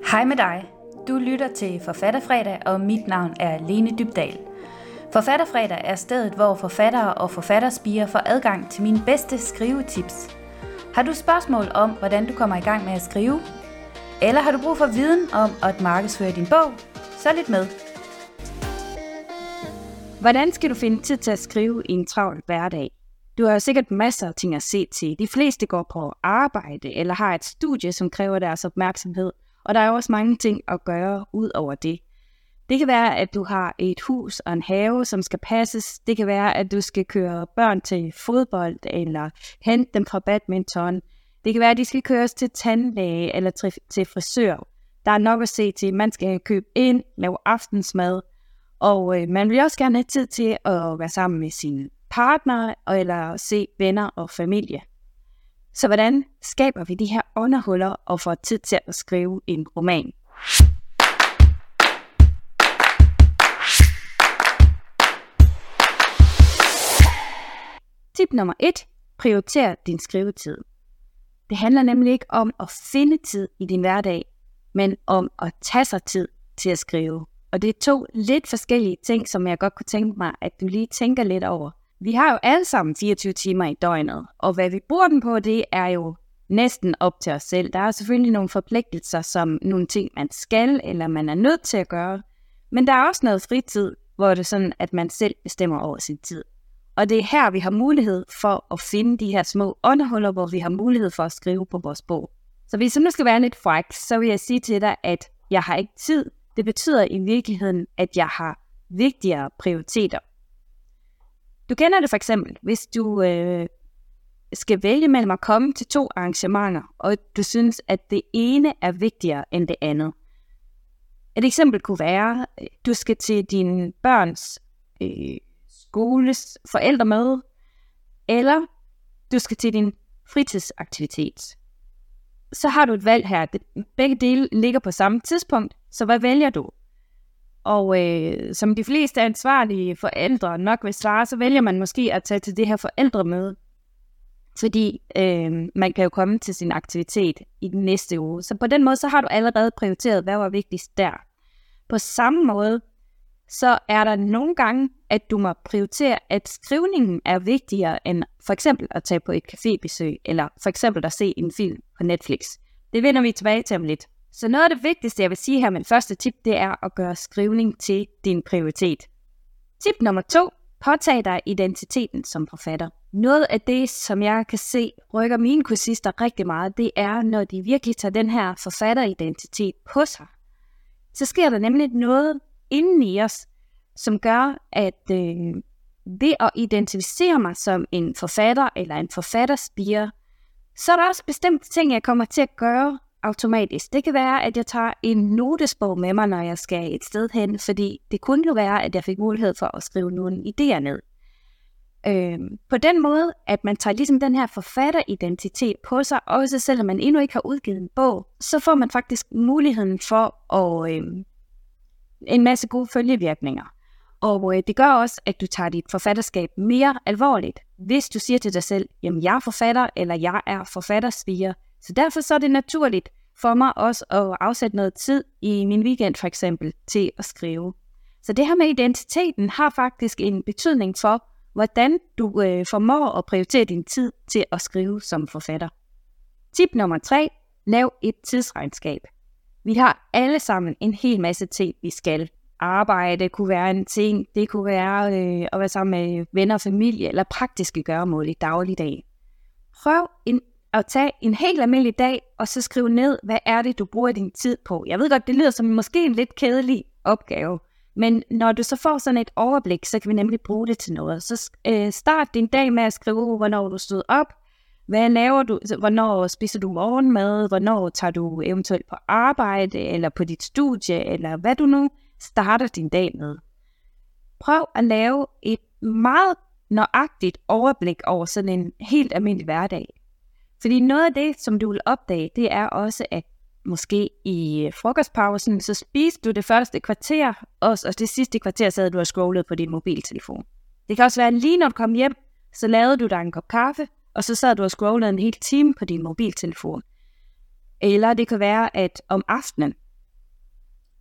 Hej med dig. Du lytter til Forfatterfredag, og mit navn er Lene Dybdahl. Forfatterfredag er stedet, hvor forfattere og forfatterspirer får adgang til mine bedste skrivetips. Har du spørgsmål om, hvordan du kommer i gang med at skrive? Eller har du brug for viden om at markedsføre din bog? Så lyt med. Hvordan skal du finde tid til at skrive i en travl hverdag? Du har jo sikkert masser af ting at se til. De fleste går på arbejde eller har et studie, som kræver deres opmærksomhed. Og der er også mange ting at gøre ud over det. Det kan være, at du har et hus og en have, som skal passes. Det kan være, at du skal køre børn til fodbold eller hente dem fra badminton. Det kan være, at de skal køres til tandlæge eller til frisør. Der er nok at se til. Man skal købe ind, lave aftensmad. Og man vil også gerne have tid til at være sammen med sine partnere eller se venner og familie. Så hvordan skaber vi de her åndehuller og får tid til at skrive en roman? Tip nummer 1. Prioriter din skrivetid. Det handler nemlig ikke om at finde tid i din hverdag, men om at tage sig tid til at skrive. Og det er 2 lidt forskellige ting, som jeg godt kunne tænke mig, at du lige tænker lidt over. Vi har jo alle sammen 24 timer i døgnet, og hvad vi bruger den på, det er jo næsten op til os selv. Der er selvfølgelig nogle forpligtelser, som nogle ting, man skal, eller man er nødt til at gøre. Men der er også noget fritid, hvor det er sådan, at man selv bestemmer over sin tid. Og det er her, vi har mulighed for at finde de her små åndehuller, hvor vi har mulighed for at skrive på vores bog. Så hvis jeg nu skal være lidt fræk, så vil jeg sige til dig, at jeg har ikke tid. Det betyder i virkeligheden, at jeg har vigtigere prioriteter. Du kender det for eksempel, hvis du skal vælge mellem at komme til 2 arrangementer, og du synes, at det ene er vigtigere end det andet. Et eksempel kunne være, at du skal til din børns skoles forældremøde, eller du skal til din fritidsaktivitet. Så har du et valg her. Begge dele ligger på samme tidspunkt, så hvad vælger du? Og som de fleste ansvarlige forældre nok vil svare, så vælger man måske at tage til det her forældremøde, fordi man kan jo komme til sin aktivitet i den næste uge. Så på den måde, så har du allerede prioriteret, hvad var vigtigst der. På samme måde, så er der nogle gange, at du må prioritere, at skrivningen er vigtigere end for eksempel at tage på et cafébesøg, eller for eksempel at se en film på Netflix. Det vender vi tilbage til om lidt. Så noget af det vigtigste, jeg vil sige her med det første tip, det er at gøre skrivning til din prioritet. Tip nummer 2. Påtag dig identiteten som forfatter. Noget af det, som jeg kan se, rykker mine kursister rigtig meget, det er, når de virkelig tager den her forfatteridentitet på sig. Så sker der nemlig noget inden i os, som gør, at ved at identificere mig som en forfatter eller en forfatterspirer, så er der også bestemte ting, jeg kommer til at gøre automatisk. Det kan være, at jeg tager en notesbog med mig, når jeg skal et sted hen, fordi det kunne jo være, at jeg fik mulighed for at skrive nogle idéer ned. På den måde, at man tager ligesom den her forfatteridentitet på sig, også selvom man endnu ikke har udgivet en bog, så får man faktisk muligheden for at, en masse gode følgevirkninger. Og det gør også, at du tager dit forfatterskab mere alvorligt, hvis du siger til dig selv, jamen jeg er forfatter, eller jeg er forfatterspirer. Så derfor så er det naturligt for mig også at afsætte noget tid i min weekend for eksempel til at skrive. Så det her med identiteten har faktisk en betydning for, hvordan du formår at prioritere din tid til at skrive som forfatter. Tip nummer 3. Lav et tidsregnskab. Vi har alle sammen en hel masse ting, vi skal. Arbejde kunne være en ting, det kunne være at være sammen med venner og familie, eller praktiske gøremål i dagligdagen. Prøv at tage en helt almindelig dag, og så skrive ned, hvad er det, du bruger din tid på. Jeg ved godt, det lyder som måske en lidt kedelig opgave, men når du så får sådan et overblik, så kan vi nemlig bruge det til noget. Så start din dag med at skrive, hvornår du stod op, hvad laver du, hvornår spiser du morgenmad, hvornår tager du eventuelt på arbejde, eller på dit studie, eller hvad du nu starter din dag med. Prøv at lave et meget nøjagtigt overblik over sådan en helt almindelig hverdag. Fordi noget af det, som du vil opdage, det er også, at måske i frokostpausen, så spiste du det første kvarter, og det sidste kvarter sad du og scrollet på din mobiltelefon. Det kan også være, lige når du kom hjem, så lavede du dig en kop kaffe, og så sad du og scrollede en hel time på din mobiltelefon. Eller det kan være, at om aftenen,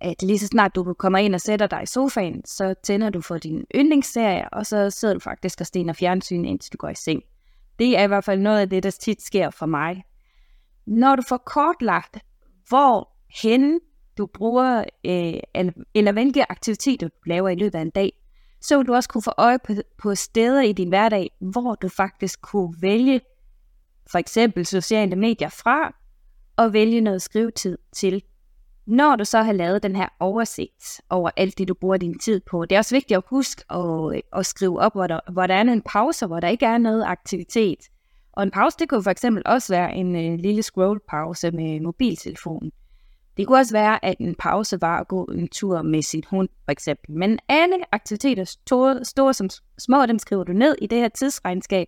at lige så snart du kommer ind og sætter dig i sofaen, så tænder du for din yndlingsserie, og så sidder du faktisk og stener fjernsyn, indtil du går i seng. Det er i hvert fald noget af det, der tit sker for mig. Når du får kortlagt, hvor hen du bruger, eller hvilke aktiviteter du laver i løbet af en dag, så vil du også kunne få øje på steder i din hverdag, hvor du faktisk kunne vælge for eksempel sociale medier fra, og vælge noget skrivetid til. Når du så har lavet den her oversigt over alt det, du bruger din tid på, det er også vigtigt at huske at skrive op, hvor der er en pause, hvor der ikke er noget aktivitet. Og en pause, det kunne for eksempel også være en lille scroll-pause med mobiltelefonen. Det kunne også være, at en pause var at gå en tur med sin hund, for eksempel. Men alle aktiviteter, store som små, dem skriver du ned i det her tidsregnskab.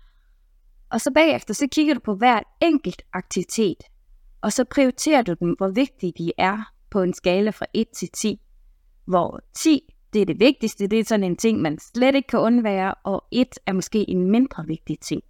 Og så bagefter, så kigger du på hver enkelt aktivitet. Og så prioriterer du dem, hvor vigtige de er på en skala fra 1 til 10. Hvor 10, det er det vigtigste, det er sådan en ting, man slet ikke kan undvære, og 1 er måske en mindre vigtig ting.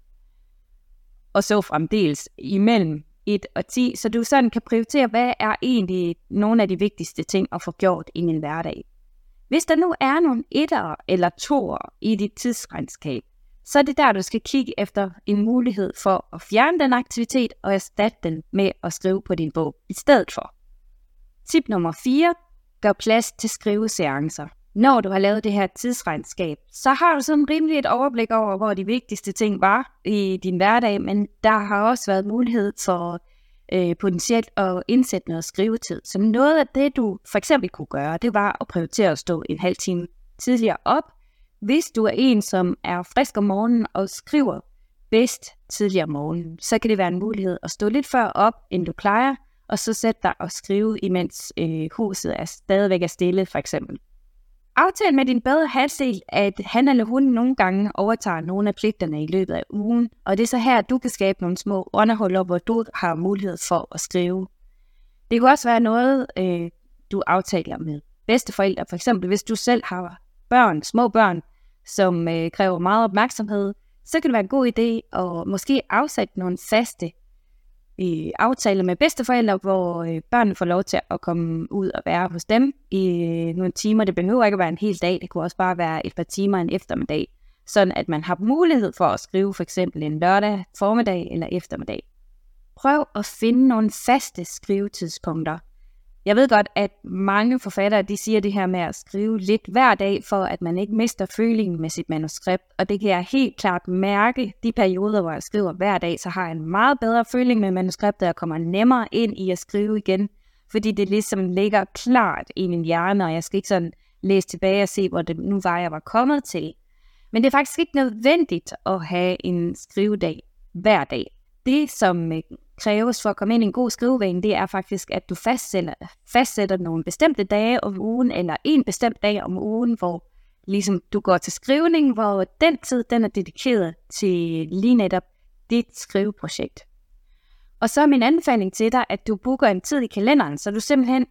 Og så fremdeles imellem 1 og 10, så du sådan kan prioritere, hvad er egentlig nogle af de vigtigste ting at få gjort i min hverdag. Hvis der nu er nogle 1'ere eller 2'ere i dit tidsregnskab, så er det der, du skal kigge efter en mulighed for at fjerne den aktivitet og erstatte den med at skrive på din bog i stedet for. Tip nummer 4. Gør plads til skriveseancer. Når du har lavet det her tidsregnskab, så har du sådan rimelig et overblik over, hvor de vigtigste ting var i din hverdag, men der har også været mulighed for potentielt at indsætte noget skrivetid. Så noget af det, du for eksempel kunne gøre, det var at prioritere at stå en halv time tidligere op. Hvis du er en, som er frisk om morgenen og skriver bedst tidligere om morgenen, så kan det være en mulighed at stå lidt før op, end du plejer, og så sætte dig og skrive, imens huset stadigvæk er stille, for eksempel. Aftal med din bedre halvdel, at han eller hun nogle gange overtager nogle af pligterne i løbet af ugen, og det er så her, at du kan skabe nogle små åndehuller, hvor du har mulighed for at skrive. Det kan også være noget, du aftaler med bedsteforældre, for eksempel hvis du selv har små børn, som kræver meget opmærksomhed, så kan det være en god idé at måske afsætte nogle faste aftaler med bedsteforældre, hvor børnene får lov til at komme ud og være hos dem i nogle timer. Det behøver ikke at være en hel dag, det kunne også bare være et par timer en eftermiddag, sådan at man har mulighed for at skrive for eksempel en lørdag formiddag eller eftermiddag. Prøv at finde nogle faste skrivetidspunkter. Jeg ved godt, at mange forfattere de siger det her med at skrive lidt hver dag, for at man ikke mister følingen med sit manuskript. Og det kan jeg helt klart mærke, de perioder, hvor jeg skriver hver dag, så har jeg en meget bedre føling med manuskriptet, og kommer nemmere ind i at skrive igen. Fordi det ligesom ligger klart i min hjerne, og jeg skal ikke sådan læse tilbage og se, hvor det nu var, jeg var kommet til. Men det er faktisk ikke nødvendigt at have en skrivedag hver dag. Det, som kræves for at komme ind i en god skrivevane, det er faktisk, at du fastsætter nogle bestemte dage om ugen, eller en bestemt dag om ugen, hvor ligesom du går til skrivning, hvor den tid, den er dedikeret til lige netop dit skriveprojekt. Og så er min anbefaling til dig, at du booker en tid i kalenderen, så du simpelthen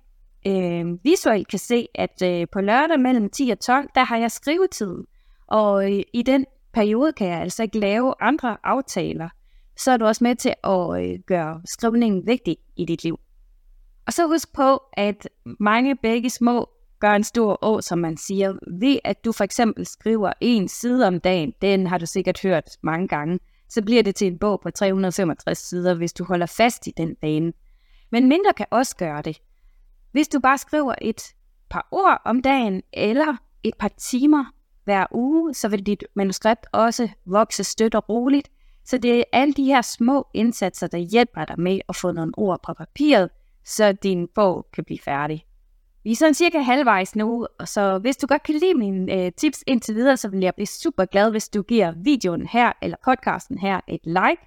visuelt kan se, at på lørdag mellem 10 og 12, der har jeg skrivetid. Og i den periode kan jeg altså ikke lave andre aftaler. Så er du også med til at gøre skrivningen vigtig i dit liv. Og så husk på, at mange begge små gør en stor å, som man siger. Ved at du for eksempel skriver en side om dagen, den har du sikkert hørt mange gange, så bliver det til en bog på 365 sider, hvis du holder fast i den bane. Men mindre kan også gøre det. Hvis du bare skriver et par ord om dagen, eller et par timer hver uge, så vil dit manuskript også vokse støt og roligt. Så det er alle de her små indsatser, der hjælper dig med at få nogle ord på papiret, så din bog kan blive færdig. Vi er sådan cirka halvvejs nu, så hvis du godt kan lide mine tips indtil videre, så vil jeg blive super glad, hvis du giver videoen her eller podcasten her et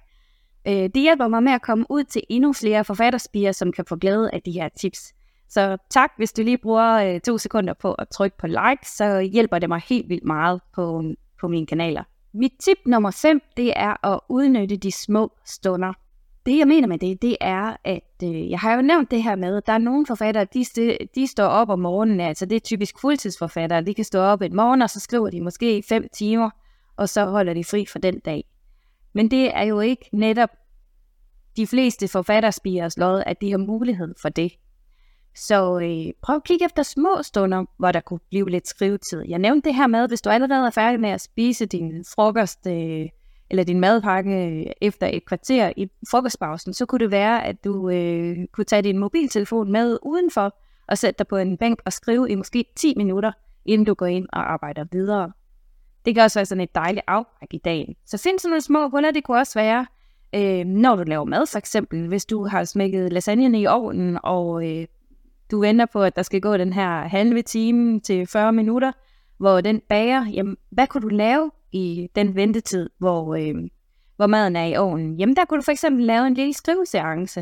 like. Det hjælper mig med at komme ud til endnu flere forfatterspirer, som kan få glæde af de her tips. Så tak, hvis du lige bruger 2 sekunder på at trykke på like, så hjælper det mig helt vildt meget på mine kanaler. Mit tip nummer 5, det er at udnytte de små stunder. Det jeg mener med det er, at jeg har jo nævnt det her med, at der er nogle forfattere, de står op om morgenen, altså det er typisk fuldtidsforfattere, de kan stå op en morgen, og så skriver de måske 5 timer, og så holder de fri for den dag. Men det er jo ikke netop de fleste forfatterspirers lod, at de har mulighed for det. Så prøv at kigge efter små stunder, hvor der kunne blive lidt skrivetid. Jeg nævnte det her med, hvis du allerede er færdig med at spise din frokost eller din madpakke efter et kvarter i frokostpausen, så kunne det være, at du kunne tage din mobiltelefon med udenfor og sætte dig på en bænk og skrive i måske 10 minutter, inden du går ind og arbejder videre. Det kan også være sådan et dejligt afbræk i dagen. Så find sådan nogle små huller. Det kunne også være, når du laver mad for eksempel. Hvis du har smækket lasagnen i ovnen, og du venter på, at der skal gå den her halve time til 40 minutter, hvor den bager. Jamen, hvad kunne du lave i den ventetid, hvor maden er i ovnen? Jamen, der kunne du for eksempel lave en lille skriveseance.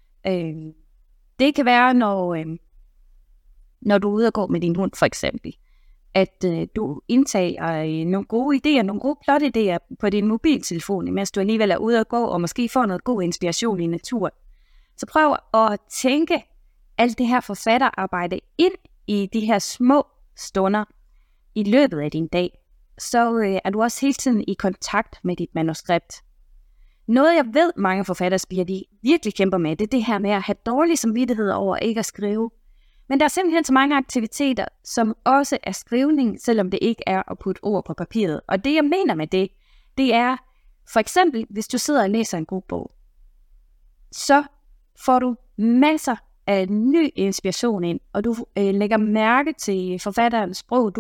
Det kan være, når du er ude og gå med din hund for eksempel, at du indtager nogle gode idéer, nogle gode plot-idéer på din mobiltelefon, mens du alligevel er ude og gå, og måske får noget god inspiration i naturen. Så prøv at tænke alt det her forfatterarbejde ind i de her små stunder i løbet af din dag. Så er du også hele tiden i kontakt med dit manuskript. Noget jeg ved, mange forfatterspirer, de virkelig kæmper med, det er det her med at have dårlig samvittighed over ikke at skrive. Men der er simpelthen så mange aktiviteter, som også er skrivning, selvom det ikke er at putte ord på papiret. Og det jeg mener med det er, for eksempel, hvis du sidder og læser en god bog, så får du masser af ny inspiration ind, og du lægger mærke til forfatterens sprog.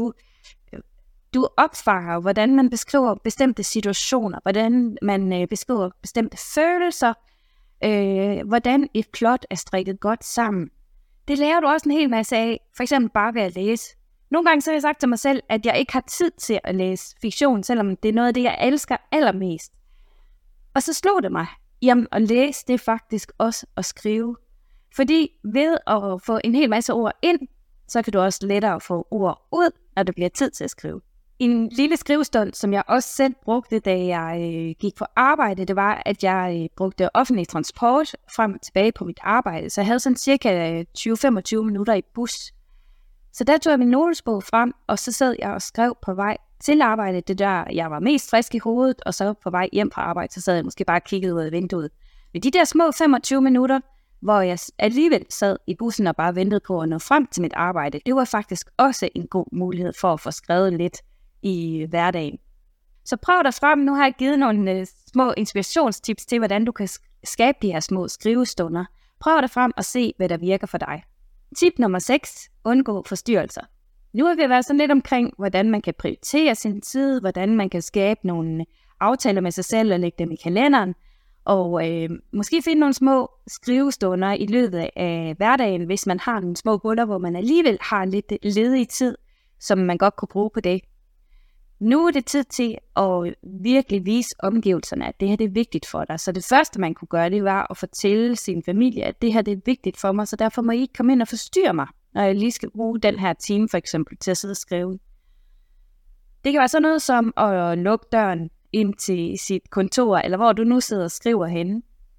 Du opfanger, hvordan man beskriver bestemte situationer, hvordan man beskriver bestemte følelser, hvordan et plot er strikket godt sammen. Det lærer du også en hel masse af, for eksempel bare ved at læse. Nogle gange så har jeg sagt til mig selv, at jeg ikke har tid til at læse fiktion, selvom det er noget af det, jeg elsker allermest. Og så slog det mig, jamen at læse, det er faktisk også at skrive. Fordi ved at få en hel masse ord ind, så kan du også lettere få ord ud, når det bliver tid til at skrive. En lille skrivestund, som jeg også selv brugte, da jeg gik på arbejde, det var, at jeg brugte offentlig transport frem og tilbage på mit arbejde. Så jeg havde sådan cirka 20-25 minutter i bus. Så der tog jeg min notesbog frem, og så sad jeg og skrev på vej til arbejde. Det der, jeg var mest frisk i hovedet, og så på vej hjem fra arbejde, så sad jeg måske bare og kiggede ud af vinduet. Men de der små 25 minutter, hvor jeg alligevel sad i bussen og bare ventede på at nå frem til mit arbejde, det var faktisk også en god mulighed for at få skrevet lidt i hverdagen. Så prøv dig frem. Nu har jeg givet nogle små inspirationstips til, hvordan du kan skabe de her små skrivestunder. Prøv dig frem og se, hvad der virker for dig. Tip nummer 6. Undgå forstyrrelser. Nu har vi været sådan lidt omkring, hvordan man kan prioritere sin tid, hvordan man kan skabe nogle aftaler med sig selv og lægge dem i kalenderen, og måske finde nogle små skrivestunder i løbet af hverdagen, hvis man har nogle små huller, hvor man alligevel har lidt ledig tid, som man godt kunne bruge på det. Nu er det tid til at virkelig vise omgivelserne, at det her det er vigtigt for dig. Så det første, man kunne gøre, det var at fortælle sin familie, at det her det er vigtigt for mig, så derfor må I ikke komme ind og forstyrre mig, når jeg lige skal bruge den her time for eksempel til at sidde og skrive. Det kan være sådan noget som at lukke døren ind til sit kontor, eller hvor du nu sidder og skriver henne.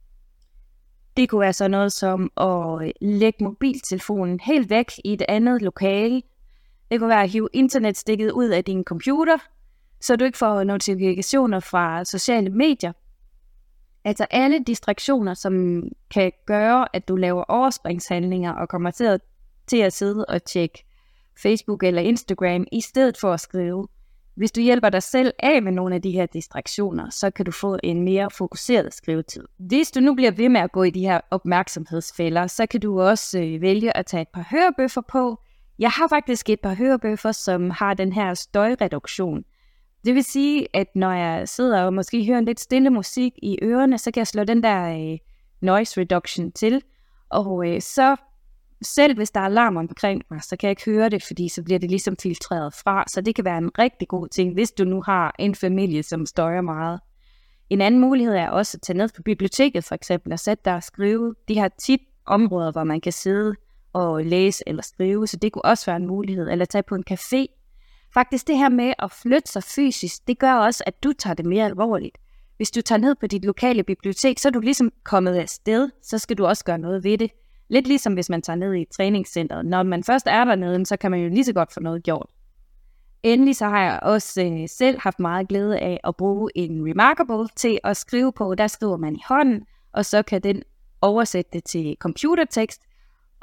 Det kunne være sådan noget som at lægge mobiltelefonen helt væk i et andet lokale. Det kunne være at hive internetstikket ud af din computer, så du ikke får notifikationer fra sociale medier. Altså alle distraktioner, som kan gøre, at du laver overspringshandlinger og kommer til at sidde og tjekke Facebook eller Instagram i stedet for at skrive. Hvis du hjælper dig selv af med nogle af de her distraktioner, så kan du få en mere fokuseret skrivetid. Hvis du nu bliver ved med at gå i de her opmærksomhedsfælder, så kan du også vælge at tage et par hørebøffer på. Jeg har faktisk et par hørebøffer, som har den her støjreduktion. Det vil sige, at når jeg sidder og måske hører en lidt stille musik i ørerne, så kan jeg slå den der noise reduction til. Og så selv hvis der er alarm omkring mig, så kan jeg ikke høre det, fordi så bliver det ligesom filtreret fra. Så det kan være en rigtig god ting, hvis du nu har en familie, som støjer meget. En anden mulighed er også at tage ned på biblioteket for eksempel, og sætte dig og skrive. De har tit områder, hvor man kan sidde og læse eller skrive, så det kunne også være en mulighed. Eller tage på en café. Faktisk det her med at flytte sig fysisk, det gør også, at du tager det mere alvorligt. Hvis du tager ned på dit lokale bibliotek, så er du ligesom kommet af sted, så skal du også gøre noget ved det. Lidt ligesom hvis man tager ned i et træningscenter. Når man først er dernede, så kan man jo lige så godt få noget gjort. Endelig så har jeg også selv haft meget glæde af at bruge en Remarkable til at skrive på. Der skriver man i hånden, og så kan den oversætte det til computertekst.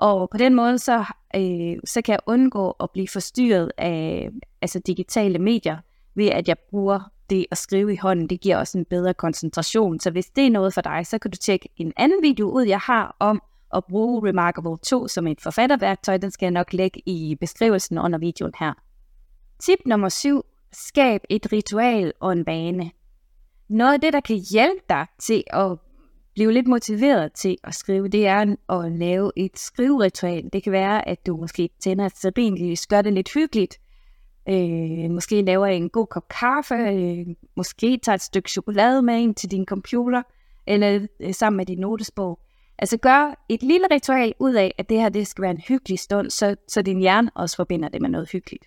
Og på den måde, så kan jeg undgå at blive forstyrret af digitale medier, ved at jeg bruger det at skrive i hånden. Det giver også en bedre koncentration. Så hvis det er noget for dig, så kan du tjekke en anden video ud, jeg har om at bruge Remarkable 2 som et forfatterværktøj. Den skal jeg nok lægge i beskrivelsen under videoen her. Tip nummer 7. Skab et ritual og en vane. Noget af det, der kan hjælpe dig til at blive lidt motiveret til at skrive, det er at lave et skriveritual. Det kan være, at du måske tænder et stearinlys, gør det lidt hyggeligt. Måske laver en god kop kaffe, måske tager et stykke chokolade med ind til din computer, eller sammen med din notesbog. Altså gør et lille ritual ud af, at det her det skal være en hyggelig stund, så din hjerne også forbinder det med noget hyggeligt.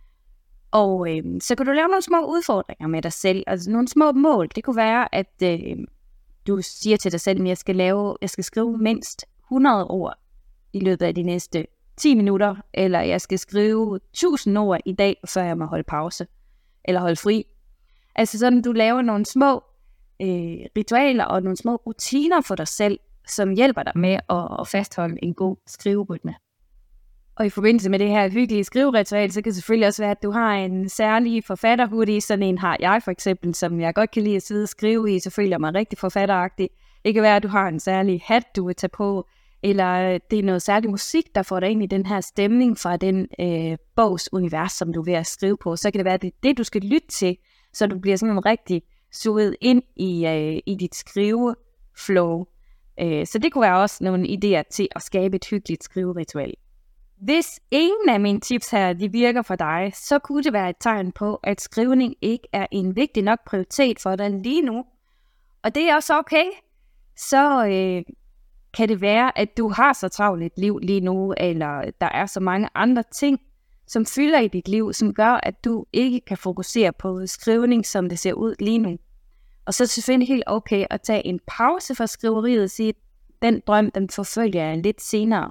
Og så kan du lave nogle små udfordringer med dig selv, altså nogle små mål. Det kunne være, at du siger til dig selv, at jeg skal skrive mindst 100 ord i løbet af de næste 10 minutter, eller jeg skal skrive 1000 ord i dag, før jeg må holde pause, eller holde fri. Altså sådan, du laver nogle små ritualer og nogle små rutiner for dig selv, som hjælper dig med at fastholde en god skriverytme. Og i forbindelse med det her hyggelige skriveritual, så kan det selvfølgelig også være, at du har en særlig forfatterhoodie. Sådan en har jeg for eksempel, som jeg godt kan lide at sidde og skrive i, så føler jeg mig rigtig forfatteragtig. Det kan være, at du har en særlig hat, du vil tage på, eller det er noget særlig musik, der får dig ind i den her stemning fra den bogs univers, som du er ved at skrive på. Så kan det være, at det er det, du skal lytte til, så du bliver sådan rigtig suget ind i dit skriveflow. Så det kunne være også nogle idéer til at skabe et hyggeligt skriveritual. Hvis ingen af mine tips her, de virker for dig, så kunne det være et tegn på, at skrivning ikke er en vigtig nok prioritet for dig lige nu. Og det er også okay. Så kan det være, at du har så travlt et liv lige nu, eller der er så mange andre ting, som fylder i dit liv, som gør, at du ikke kan fokusere på skrivning, som det ser ud lige nu. Og så er det selvfølgelig helt okay at tage en pause fra skriveriet og sige, at den drøm, den forfølger jeg lidt senere.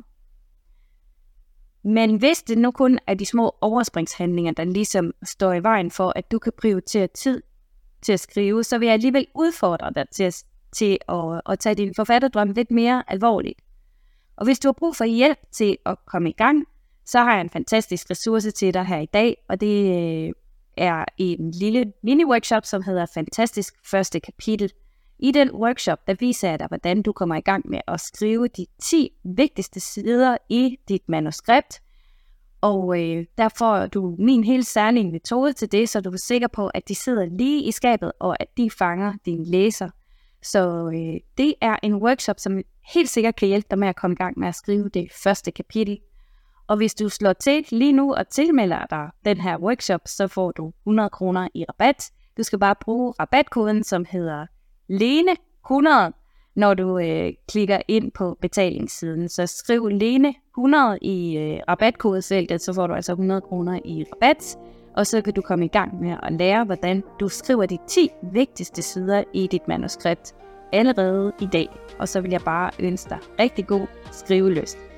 Men hvis det nu kun er de små overspringshandlinger, der ligesom står i vejen for, at du kan prioritere tid til at skrive, så vil jeg alligevel udfordre dig til at tage din forfatterdrøm lidt mere alvorligt. Og hvis du har brug for hjælp til at komme i gang, så har jeg en fantastisk ressource til dig her i dag, og det er en lille mini-workshop, som hedder Fantastisk Første Kapitel. I den workshop, der viser jeg dig, hvordan du kommer i gang med at skrive de 10 vigtigste sider i dit manuskript. Og der får du min helt særlige metode til det, så du er sikker på, at de sidder lige i skabet, og at de fanger din læser. Så det er en workshop, som helt sikkert kan hjælpe dig med at komme i gang med at skrive det første kapitel. Og hvis du slår til lige nu og tilmelder dig den her workshop, så får du 100 kroner i rabat. Du skal bare bruge rabatkoden, som hedder Lene100, når du klikker ind på betalingssiden. Så skriv Lene100 i rabatkodefeltet, så får du altså 100 kroner i rabat. Og så kan du komme i gang med at lære, hvordan du skriver de 10 vigtigste sider i dit manuskript allerede i dag. Og så vil jeg bare ønske dig rigtig god skrivelyst.